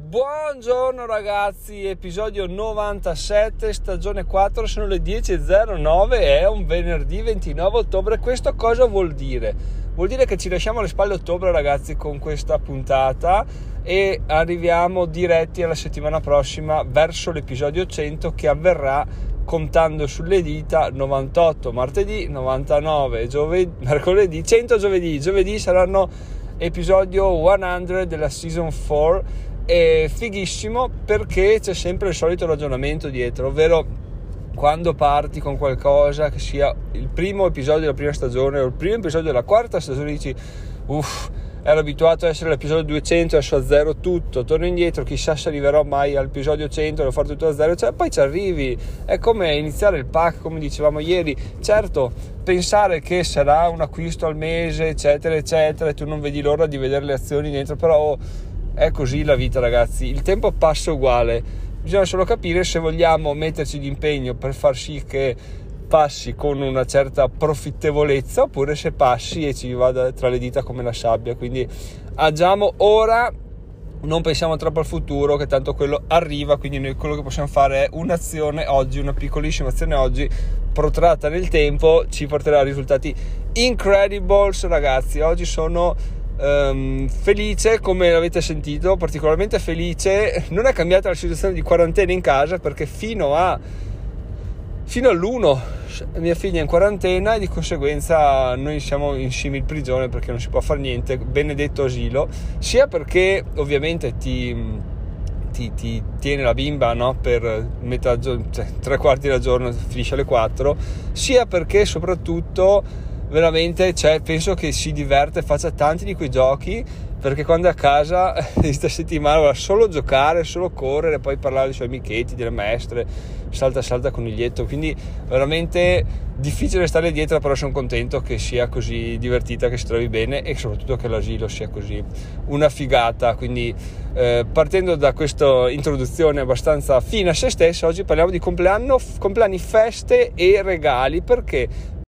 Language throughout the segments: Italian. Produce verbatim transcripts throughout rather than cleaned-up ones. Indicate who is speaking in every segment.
Speaker 1: Buongiorno ragazzi, episodio novantasette, stagione quattro, sono le dieci e zero nove, è un venerdì ventinove ottobre. Questo cosa vuol dire? Vuol dire che ci lasciamo alle spalle ottobre ragazzi con questa puntata e arriviamo diretti alla settimana prossima verso l'episodio cento, che avverrà contando sulle dita novantotto martedì, novantanove giovedì, mercoledì, cento giovedì. Giovedì saranno episodio cento della season quattro. È fighissimo perché c'è sempre il solito ragionamento dietro, ovvero quando parti con qualcosa, che sia il primo episodio della prima stagione o il primo episodio della quarta stagione, dici uff, ero abituato ad essere all'episodio duecento, adesso a zero tutto, torno indietro, chissà se arriverò mai all'episodio cento, devo fare tutto da zero, cioè poi ci arrivi. È come iniziare il pack, come dicevamo ieri. Certo, pensare che sarà un acquisto al mese eccetera eccetera e tu non vedi l'ora di vedere le azioni dentro, però è così la vita ragazzi, il tempo passa uguale, bisogna solo capire se vogliamo metterci di impegno per far sì che passi con una certa profittevolezza oppure se passi e ci vada tra le dita come la sabbia. Quindi agiamo ora, non pensiamo troppo al futuro, che tanto quello arriva, quindi noi quello che possiamo fare è un'azione oggi, una piccolissima azione oggi protratta nel tempo, ci porterà a risultati incredibles ragazzi. Oggi sono Um, felice, come l'avete sentito, particolarmente felice. Non è cambiata la situazione di quarantena in casa, perché fino a fino all'uno mia figlia è in quarantena e di conseguenza noi siamo in simil prigione perché non si può fare niente, benedetto asilo, sia perché ovviamente ti ti, ti tiene la bimba, no? Per metà giorno, cioè tre quarti della giorno, finisce alle quattro, sia perché soprattutto veramente, cioè, penso che si diverte, faccia tanti di quei giochi, perché quando è a casa questa settimana vuole solo giocare, solo correre, poi parlare dei suoi amichetti, delle maestre, salta salta coniglietto, quindi veramente difficile stare dietro, però sono contento che sia così divertita, che si trovi bene e soprattutto che l'asilo sia così una figata. Quindi eh, partendo da questa introduzione abbastanza fine a se stessa, oggi parliamo di compleanno, compleanni, feste e regali, perché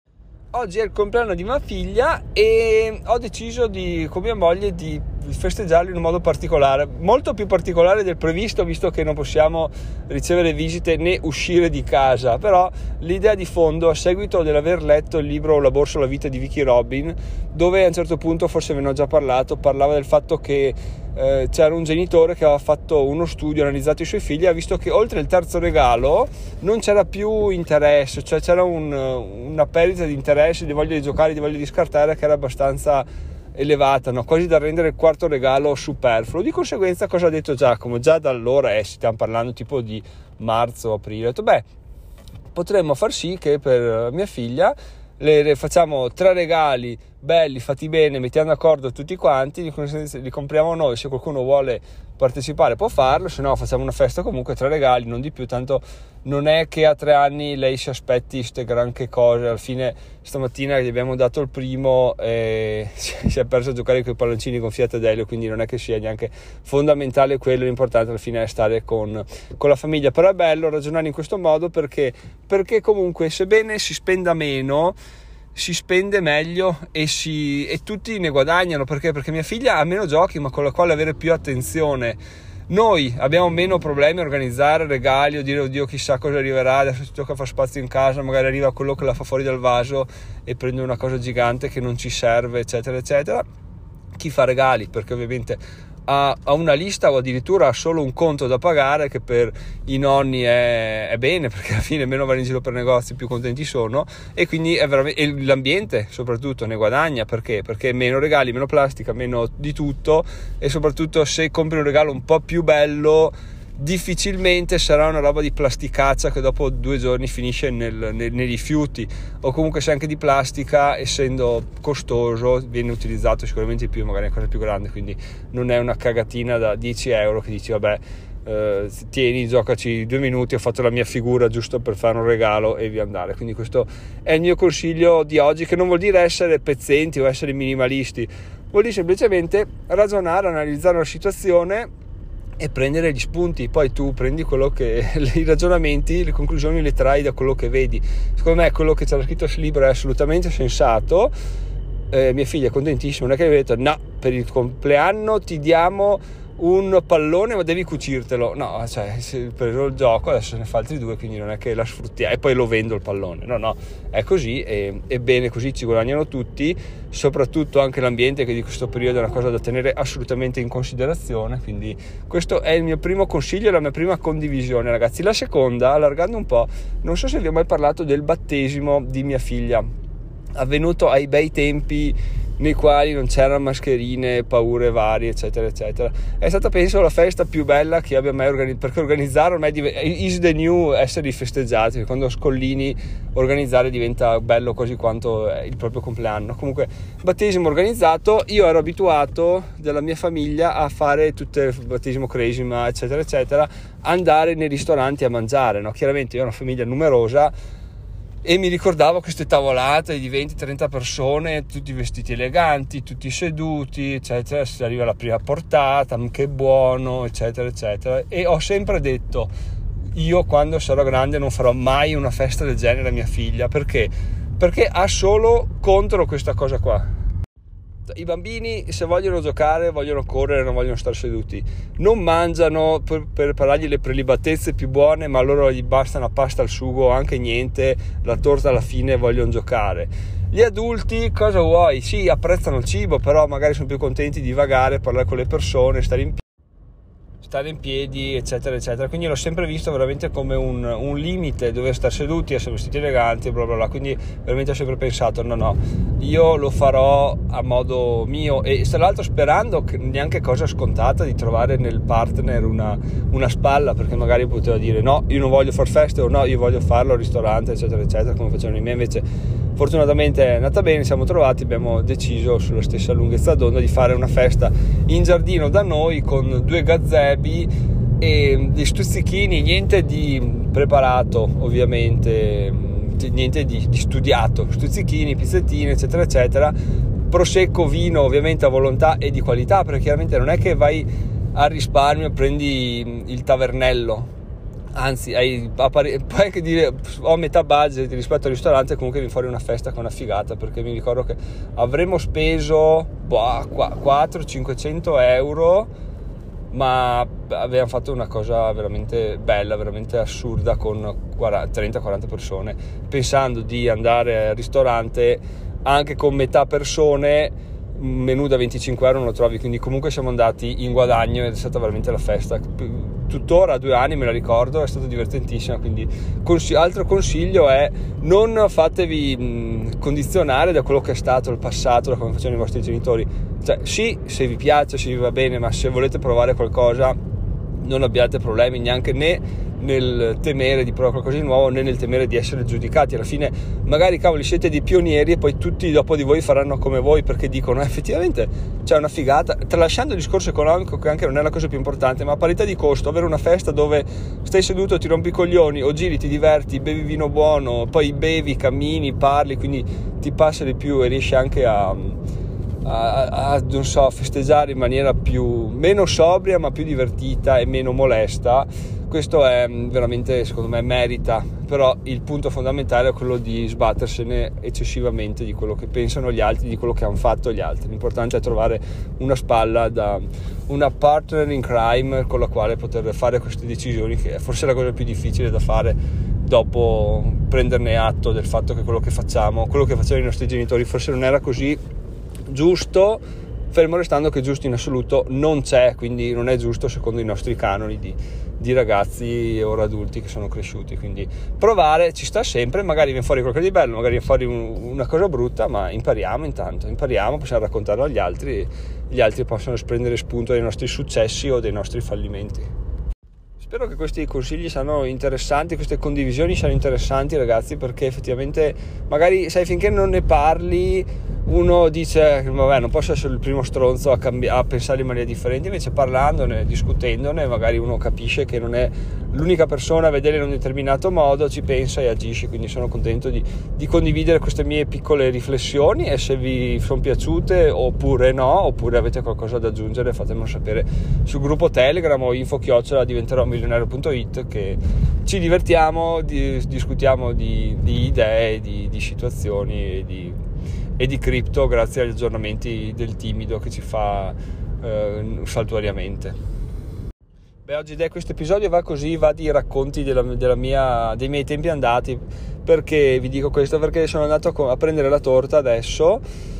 Speaker 1: oggi è il compleanno di mia figlia e ho deciso di, con mia moglie, di festeggiarlo in un modo particolare, molto più particolare del previsto, visto che non possiamo ricevere visite né uscire di casa. Però l'idea di fondo, a seguito dell'aver letto il libro La borsa o la vita di Vicki Robin, dove a un certo punto, forse ve ne ho già parlato, parlava del fatto che eh, c'era un genitore che aveva fatto uno studio, analizzato i suoi figli, ha visto che oltre il terzo regalo non c'era più interesse, cioè c'era un, una perdita di interesse, di voglia di giocare, di voglia di scartare, che era abbastanza elevata, no? Quasi da rendere il quarto regalo superfluo. Di conseguenza, cosa ha detto Giacomo? Già da allora, eh, stiamo parlando tipo di marzo, aprile, ho detto beh, potremmo far sì che per mia figlia le, le facciamo tre regali belli, fatti bene, mettiamo d'accordo tutti quanti, li compriamo noi, se qualcuno vuole partecipare può farlo, se no facciamo una festa comunque, tre regali, non di più, tanto non è che a tre anni lei si aspetti ste granché cose. Alla fine stamattina gli abbiamo dato il primo e si è perso a giocare con i palloncini gonfiati ad elio, quindi non è che sia neanche fondamentale quello, l'importante alla fine è stare con, con la famiglia. Però è bello ragionare in questo modo, perché perché comunque sebbene si spenda meno, si spende meglio e, si, e tutti ne guadagnano. Perché? Perché mia figlia ha meno giochi, ma con la quale avere più attenzione. Noi abbiamo meno problemi a organizzare regali o dire oddio chissà cosa arriverà, adesso ci tocca fare spazio in casa, magari arriva quello che la fa fuori dal vaso e prende una cosa gigante che non ci serve eccetera eccetera. Chi fa regali, perché ovviamente ha, ha una lista o addirittura ha solo un conto da pagare, che per i nonni è, è bene, perché alla fine meno vanno in giro per negozi, più contenti sono, e quindi è veramente, e l'ambiente soprattutto ne guadagna. Perché? Perché meno regali, meno plastica, meno di tutto, e soprattutto se compri un regalo un po' più bello difficilmente sarà una roba di plasticaccia che dopo due giorni finisce nel, nel, nei rifiuti, o comunque se anche di plastica, essendo costoso, viene utilizzato sicuramente di più, magari una cosa più grande, quindi non è una cagatina da dieci euro che dici vabbè eh, tieni, giocaci due minuti, ho fatto la mia figura giusto per fare un regalo e via andare. Quindi questo è il mio consiglio di oggi, che non vuol dire essere pezzenti o essere minimalisti, vuol dire semplicemente ragionare, analizzare la situazione e prendere gli spunti. Poi tu prendi quello che i ragionamenti, le conclusioni le trai da quello che vedi. Secondo me quello che c'era scritto sul libro è assolutamente sensato. Eh, mia figlia è contentissima, non è che mi ha detto no, per il compleanno ti diamo un pallone ma devi cucirtelo, no, cioè se ho preso il gioco adesso ne fa altri due, quindi non è che la sfruttiamo e poi lo vendo il pallone, no no, è così e, e bene così, ci guadagnano tutti, soprattutto anche l'ambiente, che di questo periodo è una cosa da tenere assolutamente in considerazione. Quindi questo è il mio primo consiglio e la mia prima condivisione, ragazzi. La seconda, allargando un po', non so se vi ho mai parlato del battesimo di mia figlia, avvenuto ai bei tempi nei quali non c'erano mascherine, paure varie, eccetera eccetera. È stata, penso, la festa più bella che abbia mai organizzato, perché organizzare ormai is the new essere festeggiati, quando scollini organizzare diventa bello quasi quanto il proprio compleanno. Comunque, battesimo organizzato, io ero abituato della mia famiglia a fare tutte il battesimo cresima, eccetera eccetera, andare nei ristoranti a mangiare, no? Chiaramente io ho una famiglia numerosa e mi ricordavo queste tavolate di venti trenta persone, tutti vestiti eleganti, tutti seduti, eccetera, si arriva alla prima portata, che buono, eccetera eccetera. E ho sempre detto, io quando sarò grande non farò mai una festa del genere a mia figlia. Perché? Perché ha solo contro questa cosa qua. I bambini, se vogliono giocare, vogliono correre, non vogliono stare seduti, non mangiano per preparargli le prelibatezze più buone, ma a loro gli basta una pasta al sugo, anche niente, la torta alla fine, vogliono giocare. Gli adulti, cosa vuoi? Sì, apprezzano il cibo, però magari sono più contenti di vagare, parlare con le persone, stare in piedi stare in piedi, eccetera eccetera. Quindi l'ho sempre visto veramente come un, un limite, dove stare seduti, essere vestiti eleganti, bla bla bla. Quindi veramente ho sempre pensato, no no, io lo farò a modo mio, e tra l'altro sperando che neanche cosa scontata di trovare nel partner una, una spalla, perché magari poteva dire no, io non voglio far feste, o no, io voglio farlo al ristorante, eccetera eccetera, come facevano i miei. Invece fortunatamente è andata bene, siamo trovati, abbiamo deciso sulla stessa lunghezza d'onda di fare una festa in giardino da noi con due gazebi e dei stuzzichini, niente di preparato ovviamente, niente di, di studiato, stuzzichini, pizzettine, eccetera eccetera, prosecco, vino ovviamente a volontà e di qualità, perché chiaramente non è che vai a risparmio e prendi il tavernello, anzi hai, puoi anche dire ho metà budget rispetto al ristorante, comunque viene fuori una festa che è una figata, perché mi ricordo che avremmo speso boh, quattrocento cinquecento euro, ma abbiamo fatto una cosa veramente bella, veramente assurda, con trenta quaranta persone, pensando di andare al ristorante anche con metà persone, un menù da venticinque euro non lo trovi, quindi comunque siamo andati in guadagno ed è stata veramente la festa. Tuttora a due anni me la ricordo, è stata divertentissima. Quindi cons- altro consiglio è non fatevi mh, condizionare da quello che è stato il passato, da come facevano i vostri genitori. Cioè sì, se vi piace, se vi va bene, ma se volete provare qualcosa non abbiate problemi neanche né nel temere di provare qualcosa di nuovo, né nel temere di essere giudicati. Alla fine magari cavoli siete dei pionieri e poi tutti dopo di voi faranno come voi, perché dicono eh, effettivamente c'è una figata, tralasciando il discorso economico che anche non è la cosa più importante, ma a parità di costo avere una festa dove stai seduto, ti rompi i coglioni o giri, ti diverti, bevi vino buono, poi bevi, cammini, parli, quindi ti passa di più e riesci anche a A, a non so, festeggiare in maniera più meno sobria ma più divertita e meno molesta. Questo è veramente, secondo me, merita. Però il punto fondamentale è quello di sbattersene eccessivamente di quello che pensano gli altri, di quello che hanno fatto gli altri. L'importante è trovare una spalla, da una partner in crime con la quale poter fare queste decisioni, che è forse la cosa più difficile da fare dopo prenderne atto del fatto che quello che facciamo, quello che facevano i nostri genitori forse non era così giusto, fermo restando che giusto in assoluto non c'è, quindi non è giusto secondo i nostri canoni di, di ragazzi ora adulti che sono cresciuti. Quindi provare ci sta sempre, magari viene fuori qualcosa di bello, magari viene fuori un, una cosa brutta, ma impariamo intanto, impariamo, possiamo raccontarlo agli altri e gli altri possono prendere spunto dai nostri successi o dei nostri fallimenti. Spero che questi consigli siano interessanti, queste condivisioni siano interessanti, ragazzi, perché effettivamente magari, sai, finché non ne parli uno dice vabbè, non posso essere il primo stronzo a, cambi- a pensare in maniera differente. Invece parlandone, discutendone, magari uno capisce che non è l'unica persona a vedere in un determinato modo, ci pensa e agisce. Quindi sono contento di, di condividere queste mie piccole riflessioni, e se vi sono piaciute oppure no, oppure avete qualcosa da aggiungere, fatemelo sapere sul gruppo Telegram o info chiocciola diventerò milionario punto it, che ci divertiamo, di, discutiamo di, di idee, di, di situazioni e di e di cripto, grazie agli aggiornamenti del timido che ci fa eh, saltuariamente. Beh, oggi da questo episodio va così, va di racconti della, della mia, dei miei tempi andati. Perché vi dico questo? Perché sono andato a, a prendere la torta adesso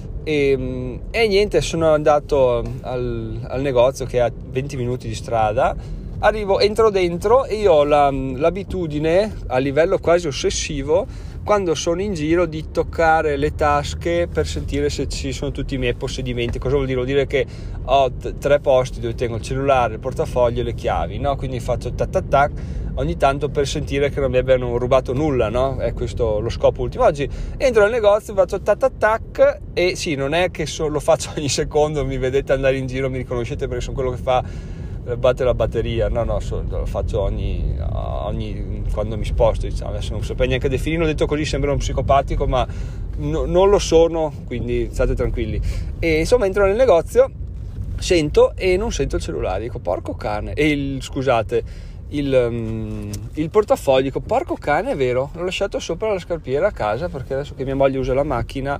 Speaker 1: e, e niente, sono andato al, al negozio che è a venti minuti di strada. Arrivo, entro dentro e io ho la, l'abitudine a livello quasi ossessivo, quando sono in giro, di toccare le tasche per sentire se ci sono tutti i miei possedimenti. Cosa vuol dire? Vuol dire che ho t- tre posti dove tengo il cellulare, il portafoglio e le chiavi, no? Quindi faccio tac tac tac ogni tanto per sentire che non mi abbiano rubato nulla, no? È questo lo scopo ultimo. Oggi entro nel negozio, faccio tac tac tac e sì, non è che so, lo faccio ogni secondo, mi vedete andare in giro, mi riconoscete perché sono quello che fa batte la batteria, no no, so, lo faccio ogni, ogni quando mi sposto, diciamo. Adesso non saprei neanche definirlo, detto così sembra un psicopatico, ma no, non lo sono, quindi state tranquilli. E insomma entro nel negozio, sento e non sento il cellulare, dico porco cane, e il, scusate il, um, il portafoglio, dico porco cane, è vero, l'ho lasciato sopra la scarpiera a casa, perché adesso che mia moglie usa la macchina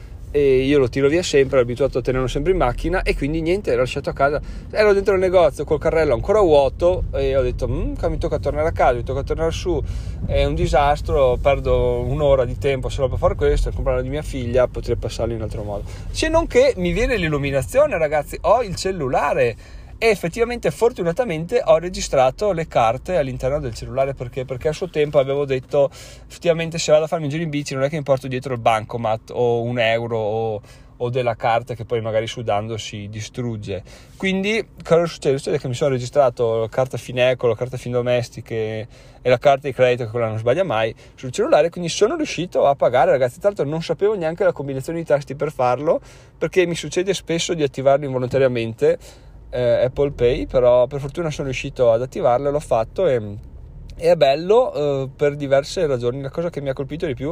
Speaker 1: e io lo tiro via sempre, ero abituato a tenerlo sempre in macchina, e quindi niente, l'ho lasciato a casa. Ero dentro il negozio col carrello ancora vuoto e ho detto mmm, mi tocca tornare a casa, mi tocca tornare su, è un disastro, perdo un'ora di tempo solo per fare questo, per comprare di mia figlia, potrei passarlo in altro modo. Se non che mi viene l'illuminazione, ragazzi, ho il cellulare e effettivamente fortunatamente ho registrato le carte all'interno del cellulare. Perché? Perché a suo tempo avevo detto effettivamente se vado a farmi un giro in bici non è che mi porto dietro il bancomat o un euro o, o della carta che poi magari sudando si distrugge. Quindi cosa succede? Succede che mi sono registrato la carta Fineco, la carta Findomestiche e la carta di credito, che quella non sbaglia mai, sul cellulare, quindi sono riuscito a pagare, ragazzi. Tra l'altro non sapevo neanche la combinazione di tasti per farlo, perché mi succede spesso di attivarlo involontariamente, eh, Apple Pay, però per fortuna sono riuscito ad attivarlo, l'ho fatto e, e è bello eh, per diverse ragioni. La cosa che mi ha colpito di più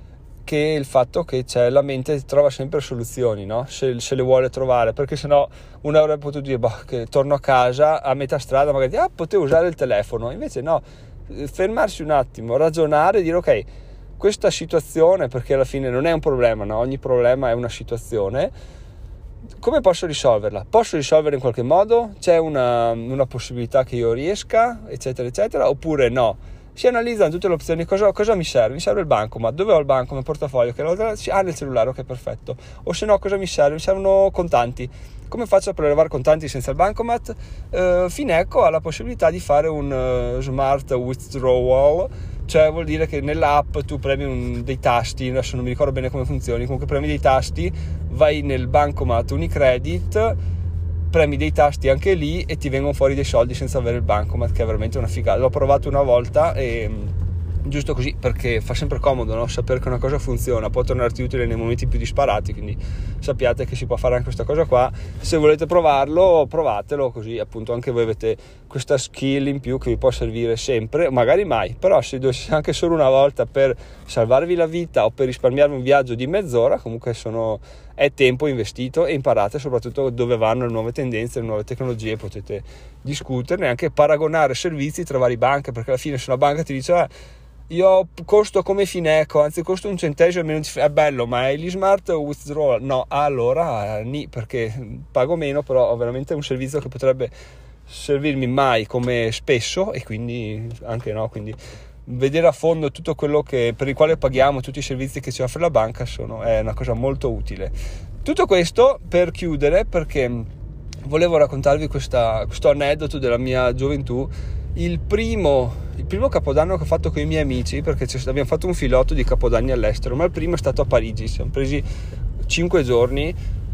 Speaker 1: che il fatto che c'è, la mente trova sempre soluzioni, no? Se, se le vuole trovare, perché sennò uno avrebbe potuto dire boh, che torno a casa a metà strada magari ah potevo usare il telefono, invece no, fermarsi un attimo, ragionare, dire ok, questa situazione, perché alla fine non è un problema, no? Ogni problema è una situazione, come posso risolverla? Posso risolverla in qualche modo? C'è una, una possibilità che io riesca, eccetera eccetera, oppure no? Si analizzano tutte le opzioni. Cosa, cosa mi serve? Mi serve il bancomat. Dove ho il bancomat? Il portafoglio? Che ah, nel cellulare, ok, perfetto. O se no, cosa mi serve? Mi servono contanti. Come faccio a prelevare contanti senza il bancomat? Uh, Fineco ha la possibilità di fare un uh, smart withdrawal, cioè vuol dire che nell'app tu premi un, dei tasti, adesso non mi ricordo bene come funzioni, comunque premi dei tasti, vai nel bancomat Unicredit, premi dei tasti anche lì e ti vengono fuori dei soldi senza avere il bancomat, che è veramente una figata. L'ho provato una volta e giusto così, perché fa sempre comodo, no? Sapere che una cosa funziona, può tornarti utile nei momenti più disparati, quindi sappiate che si può fare anche questa cosa qua. Se volete provarlo, provatelo, così appunto anche voi avete questa skill in più che vi può servire sempre, magari mai, però se dovesse anche solo una volta per salvarvi la vita o per risparmiarvi un viaggio di mezz'ora, comunque sono è tempo investito, e imparate soprattutto dove vanno le nuove tendenze, le nuove tecnologie, potete discuterne, anche paragonare servizi tra varie banche, perché alla fine se una banca ti dice ah, io costo come Fineco, anzi costo un centesimo meno, è bello, ma è gli smart withdrawal? No, allora ni, perché pago meno, però ho veramente un servizio che potrebbe servirmi mai come spesso, e quindi anche no, quindi vedere a fondo tutto quello che, per il quale paghiamo, tutti i servizi che ci offre la banca, sono, è una cosa molto utile. Tutto questo per chiudere, perché volevo raccontarvi questa, questo aneddoto della mia gioventù. Il primo, il primo capodanno che ho fatto con i miei amici, perché abbiamo fatto un filotto di capodanni all'estero, ma il primo è stato a Parigi. Siamo presi cinque giorni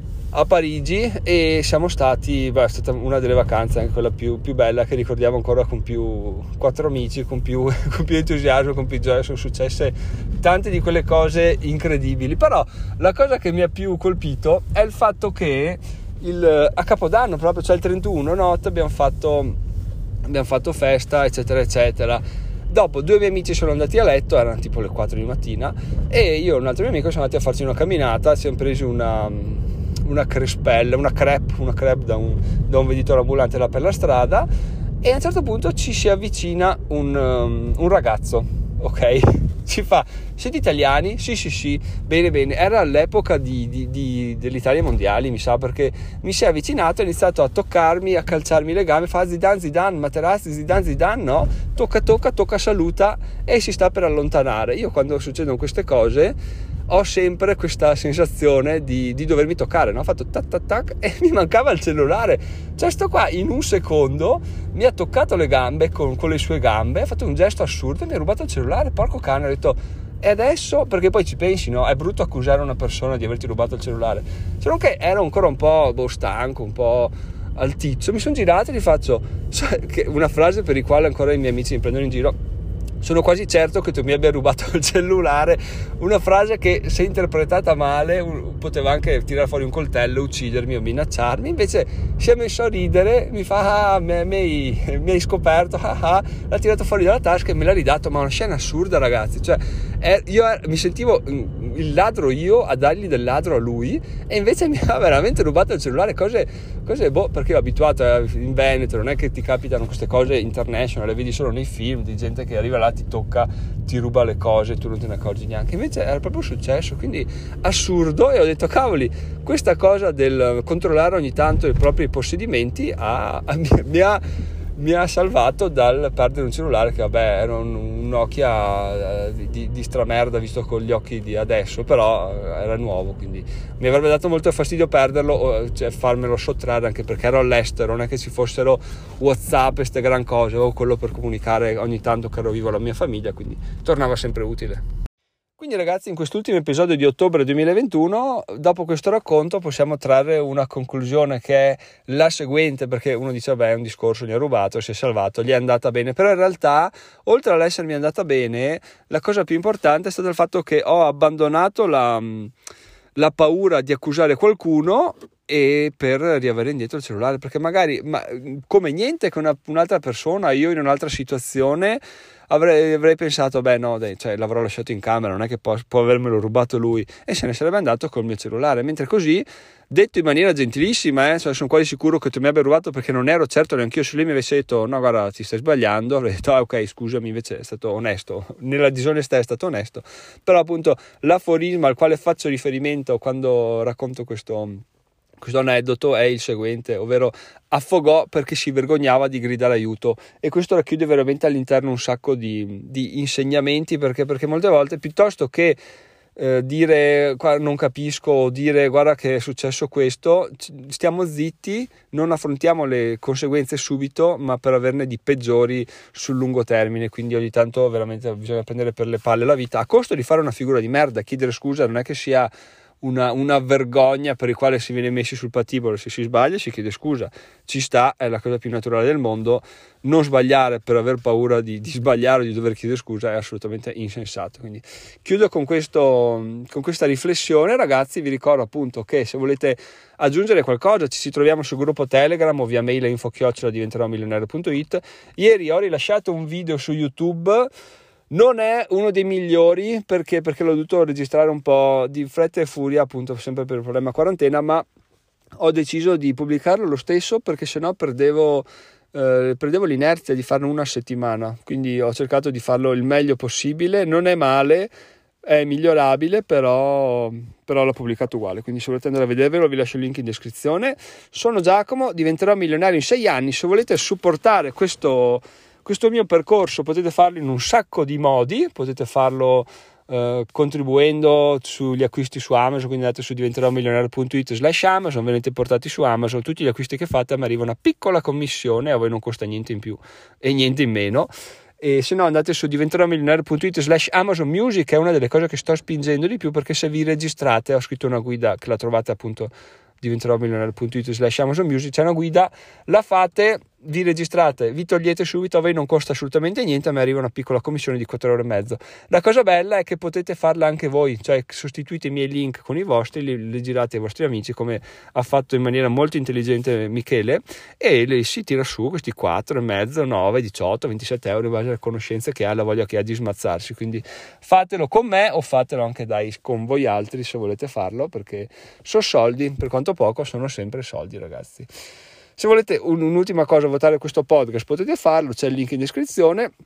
Speaker 1: a Parigi e siamo stati, beh, è stata una delle vacanze, anche quella più, più bella, che ricordiamo ancora con più quattro amici, con più, con più entusiasmo, con più gioia. Sono successe tante di quelle cose incredibili, però la cosa che mi ha più colpito è il fatto che il, a Capodanno, proprio, cioè il trentuno notte, abbiamo fatto abbiamo fatto festa, eccetera eccetera. Dopo due miei amici sono andati a letto, erano tipo le quattro di mattina, e io e un altro mio amico siamo andati a farci una camminata. Ci siamo presi una una crespella, una crepe, una crepe da un, da un venditore ambulante là per la strada, e a un certo punto ci si avvicina un, um, un ragazzo, ok? ci fa, siete italiani? Sì sì sì, bene bene. Era all'epoca di, di, di, dell'Italia mondiali, mi sa, perché mi si è avvicinato, ha iniziato a toccarmi, a calciarmi le gambe, fa Zidane Zidane, Materazzi, Zidane Zidane, no, tocca tocca tocca, saluta e si sta per allontanare. Io quando succedono queste cose ho sempre questa sensazione di, di dovermi toccare, no? Ho fatto tac tac tac e mi mancava il cellulare, cioè sto qua in un secondo mi ha toccato le gambe con, con le sue gambe, ha fatto un gesto assurdo e mi ha rubato il cellulare, porco cane. Ho detto, e adesso? Perché poi ci pensi, no? È brutto accusare una persona di averti rubato il cellulare, se non che ero ancora un po' boh, stanco, un po' alticcio. Mi sono girato e gli faccio una frase per la quale ancora i miei amici mi prendono in giro: sono quasi certo che tu mi abbia rubato il cellulare. Una frase che, se interpretata male, poteva anche tirare fuori un coltello, uccidermi o minacciarmi. Invece si è messo a ridere, mi fa ah, mi, hai, mi hai scoperto, ah, ah. L'ha tirato fuori dalla tasca e me l'ha ridato. Ma una scena assurda, ragazzi, cioè eh, io eh, mi sentivo il ladro io a dargli del ladro a lui, e invece mi ha veramente rubato il cellulare. Cose, cose boh, perché ero abituato a, in Veneto non è che ti capitano queste cose international, le vedi solo nei film di gente che arriva là, ti tocca, ti ruba le cose, tu non te ne accorgi neanche. Invece era proprio successo, quindi assurdo. E ho detto, cavoli, questa cosa del controllare ogni tanto i propri possedimenti ha, ha, mi, ha, mi ha salvato dal perdere un cellulare che vabbè era un, un Nokia eh, di, di stramerda visto con gli occhi di adesso, però era nuovo, quindi mi avrebbe dato molto fastidio perderlo, cioè farmelo sottrarre, anche perché ero all'estero, non è che ci fossero WhatsApp e queste gran cose, avevo quello per comunicare ogni tanto che ero vivo alla mia famiglia, quindi tornava sempre utile. Quindi ragazzi, in quest'ultimo episodio di ottobre duemilaventuno, dopo questo racconto possiamo trarre una conclusione che è la seguente, perché uno dice vabbè è un discorso, gli ha rubato, si è salvato, gli è andata bene, però in realtà oltre all'essermi andata bene, la cosa più importante è stato il fatto che ho abbandonato la, la paura di accusare qualcuno e per riavere indietro il cellulare, perché magari ma, come niente che una, un'altra persona, io in un'altra situazione Avrei, avrei pensato, beh no, dai, cioè, l'avrò lasciato in camera, non è che può, può avermelo rubato lui, e se ne sarebbe andato col mio cellulare. Mentre così, detto in maniera gentilissima, eh, cioè, sono quasi sicuro che tu mi abbia rubato, perché non ero certo neanche io. Se lui mi avesse detto no guarda ti stai sbagliando, avrei detto ah, ok scusami, invece è stato onesto, nella disonestà è stato onesto. Però appunto l'aforisma al quale faccio riferimento quando racconto questo Questo aneddoto è il seguente, ovvero affogò perché si vergognava di gridare aiuto, e questo racchiude veramente all'interno un sacco di, di insegnamenti, perché, perché molte volte piuttosto che eh, dire non capisco o dire guarda che è successo questo, stiamo zitti, non affrontiamo le conseguenze subito, ma per averne di peggiori sul lungo termine. Quindi ogni tanto veramente bisogna prendere per le palle la vita, a costo di fare una figura di merda. Chiedere scusa non è che sia Una, una vergogna per il quale si viene messi sul patibolo. Se si sbaglia si chiede scusa, ci sta, è la cosa più naturale del mondo. Non sbagliare per aver paura di, di sbagliare o di dover chiedere scusa è assolutamente insensato. Quindi chiudo con, questo, con questa riflessione, ragazzi. Vi ricordo appunto che se volete aggiungere qualcosa ci, ci troviamo sul gruppo Telegram o via mail a info chiocciola diventerò milionario punto it. Ieri ho rilasciato un video su YouTube. Non è uno dei migliori perché, perché l'ho dovuto registrare un po' di fretta e furia, appunto sempre per il problema quarantena, ma ho deciso di pubblicarlo lo stesso perché sennò perdevo, eh, perdevo l'inerzia di farne una a settimana. Quindi ho cercato di farlo il meglio possibile, non è male, è migliorabile, però, però l'ho pubblicato uguale. Quindi se volete andare a vedervelo vi lascio il link in descrizione. Sono Giacomo, diventerò milionario in sei anni. Se volete supportare questo... Questo mio percorso potete farlo in un sacco di modi, potete farlo eh, contribuendo sugli acquisti su Amazon, quindi andate su diventerò milionario punto it slash Amazon, venite portati su Amazon, tutti gli acquisti che fate mi arriva una piccola commissione, a voi non costa niente in più e niente in meno. E se no andate su diventerò milionario punto it slash Amazon Music, che è una delle cose che sto spingendo di più, perché se vi registrate, ho scritto una guida che la trovate appunto diventerò milionario punto it slash Amazon Music, c'è una guida, la fate, vi registrate, vi togliete subito, a voi non costa assolutamente niente, a me arriva una piccola commissione di quattro euro e mezzo. La cosa bella è che potete farla anche voi, cioè sostituite i miei link con i vostri, li, li girate ai vostri amici come ha fatto in maniera molto intelligente Michele, e li, si tira su questi quattro e mezzo, nove, diciotto, ventisette euro in base alle conoscenze che ha, la voglia che ha di smazzarsi. Quindi fatelo con me o fatelo anche dai con voi altri se volete farlo, perché sono soldi, per quanto poco sono sempre soldi, ragazzi. Se volete un, un'ultima cosa, votare questo podcast, potete farlo, c'è il link in descrizione.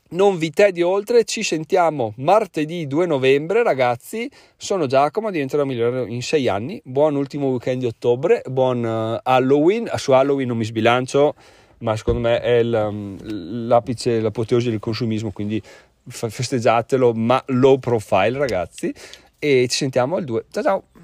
Speaker 1: non vi tedio oltre, ci sentiamo martedì due novembre, ragazzi. Sono Giacomo, diventerò migliore in sei anni. Buon ultimo weekend di ottobre, buon uh, Halloween. Su Halloween non mi sbilancio, ma secondo me è il, l'apice, l'apoteosi del consumismo, quindi festeggiatelo, ma low profile, ragazzi. E ci sentiamo il due. Ciao ciao.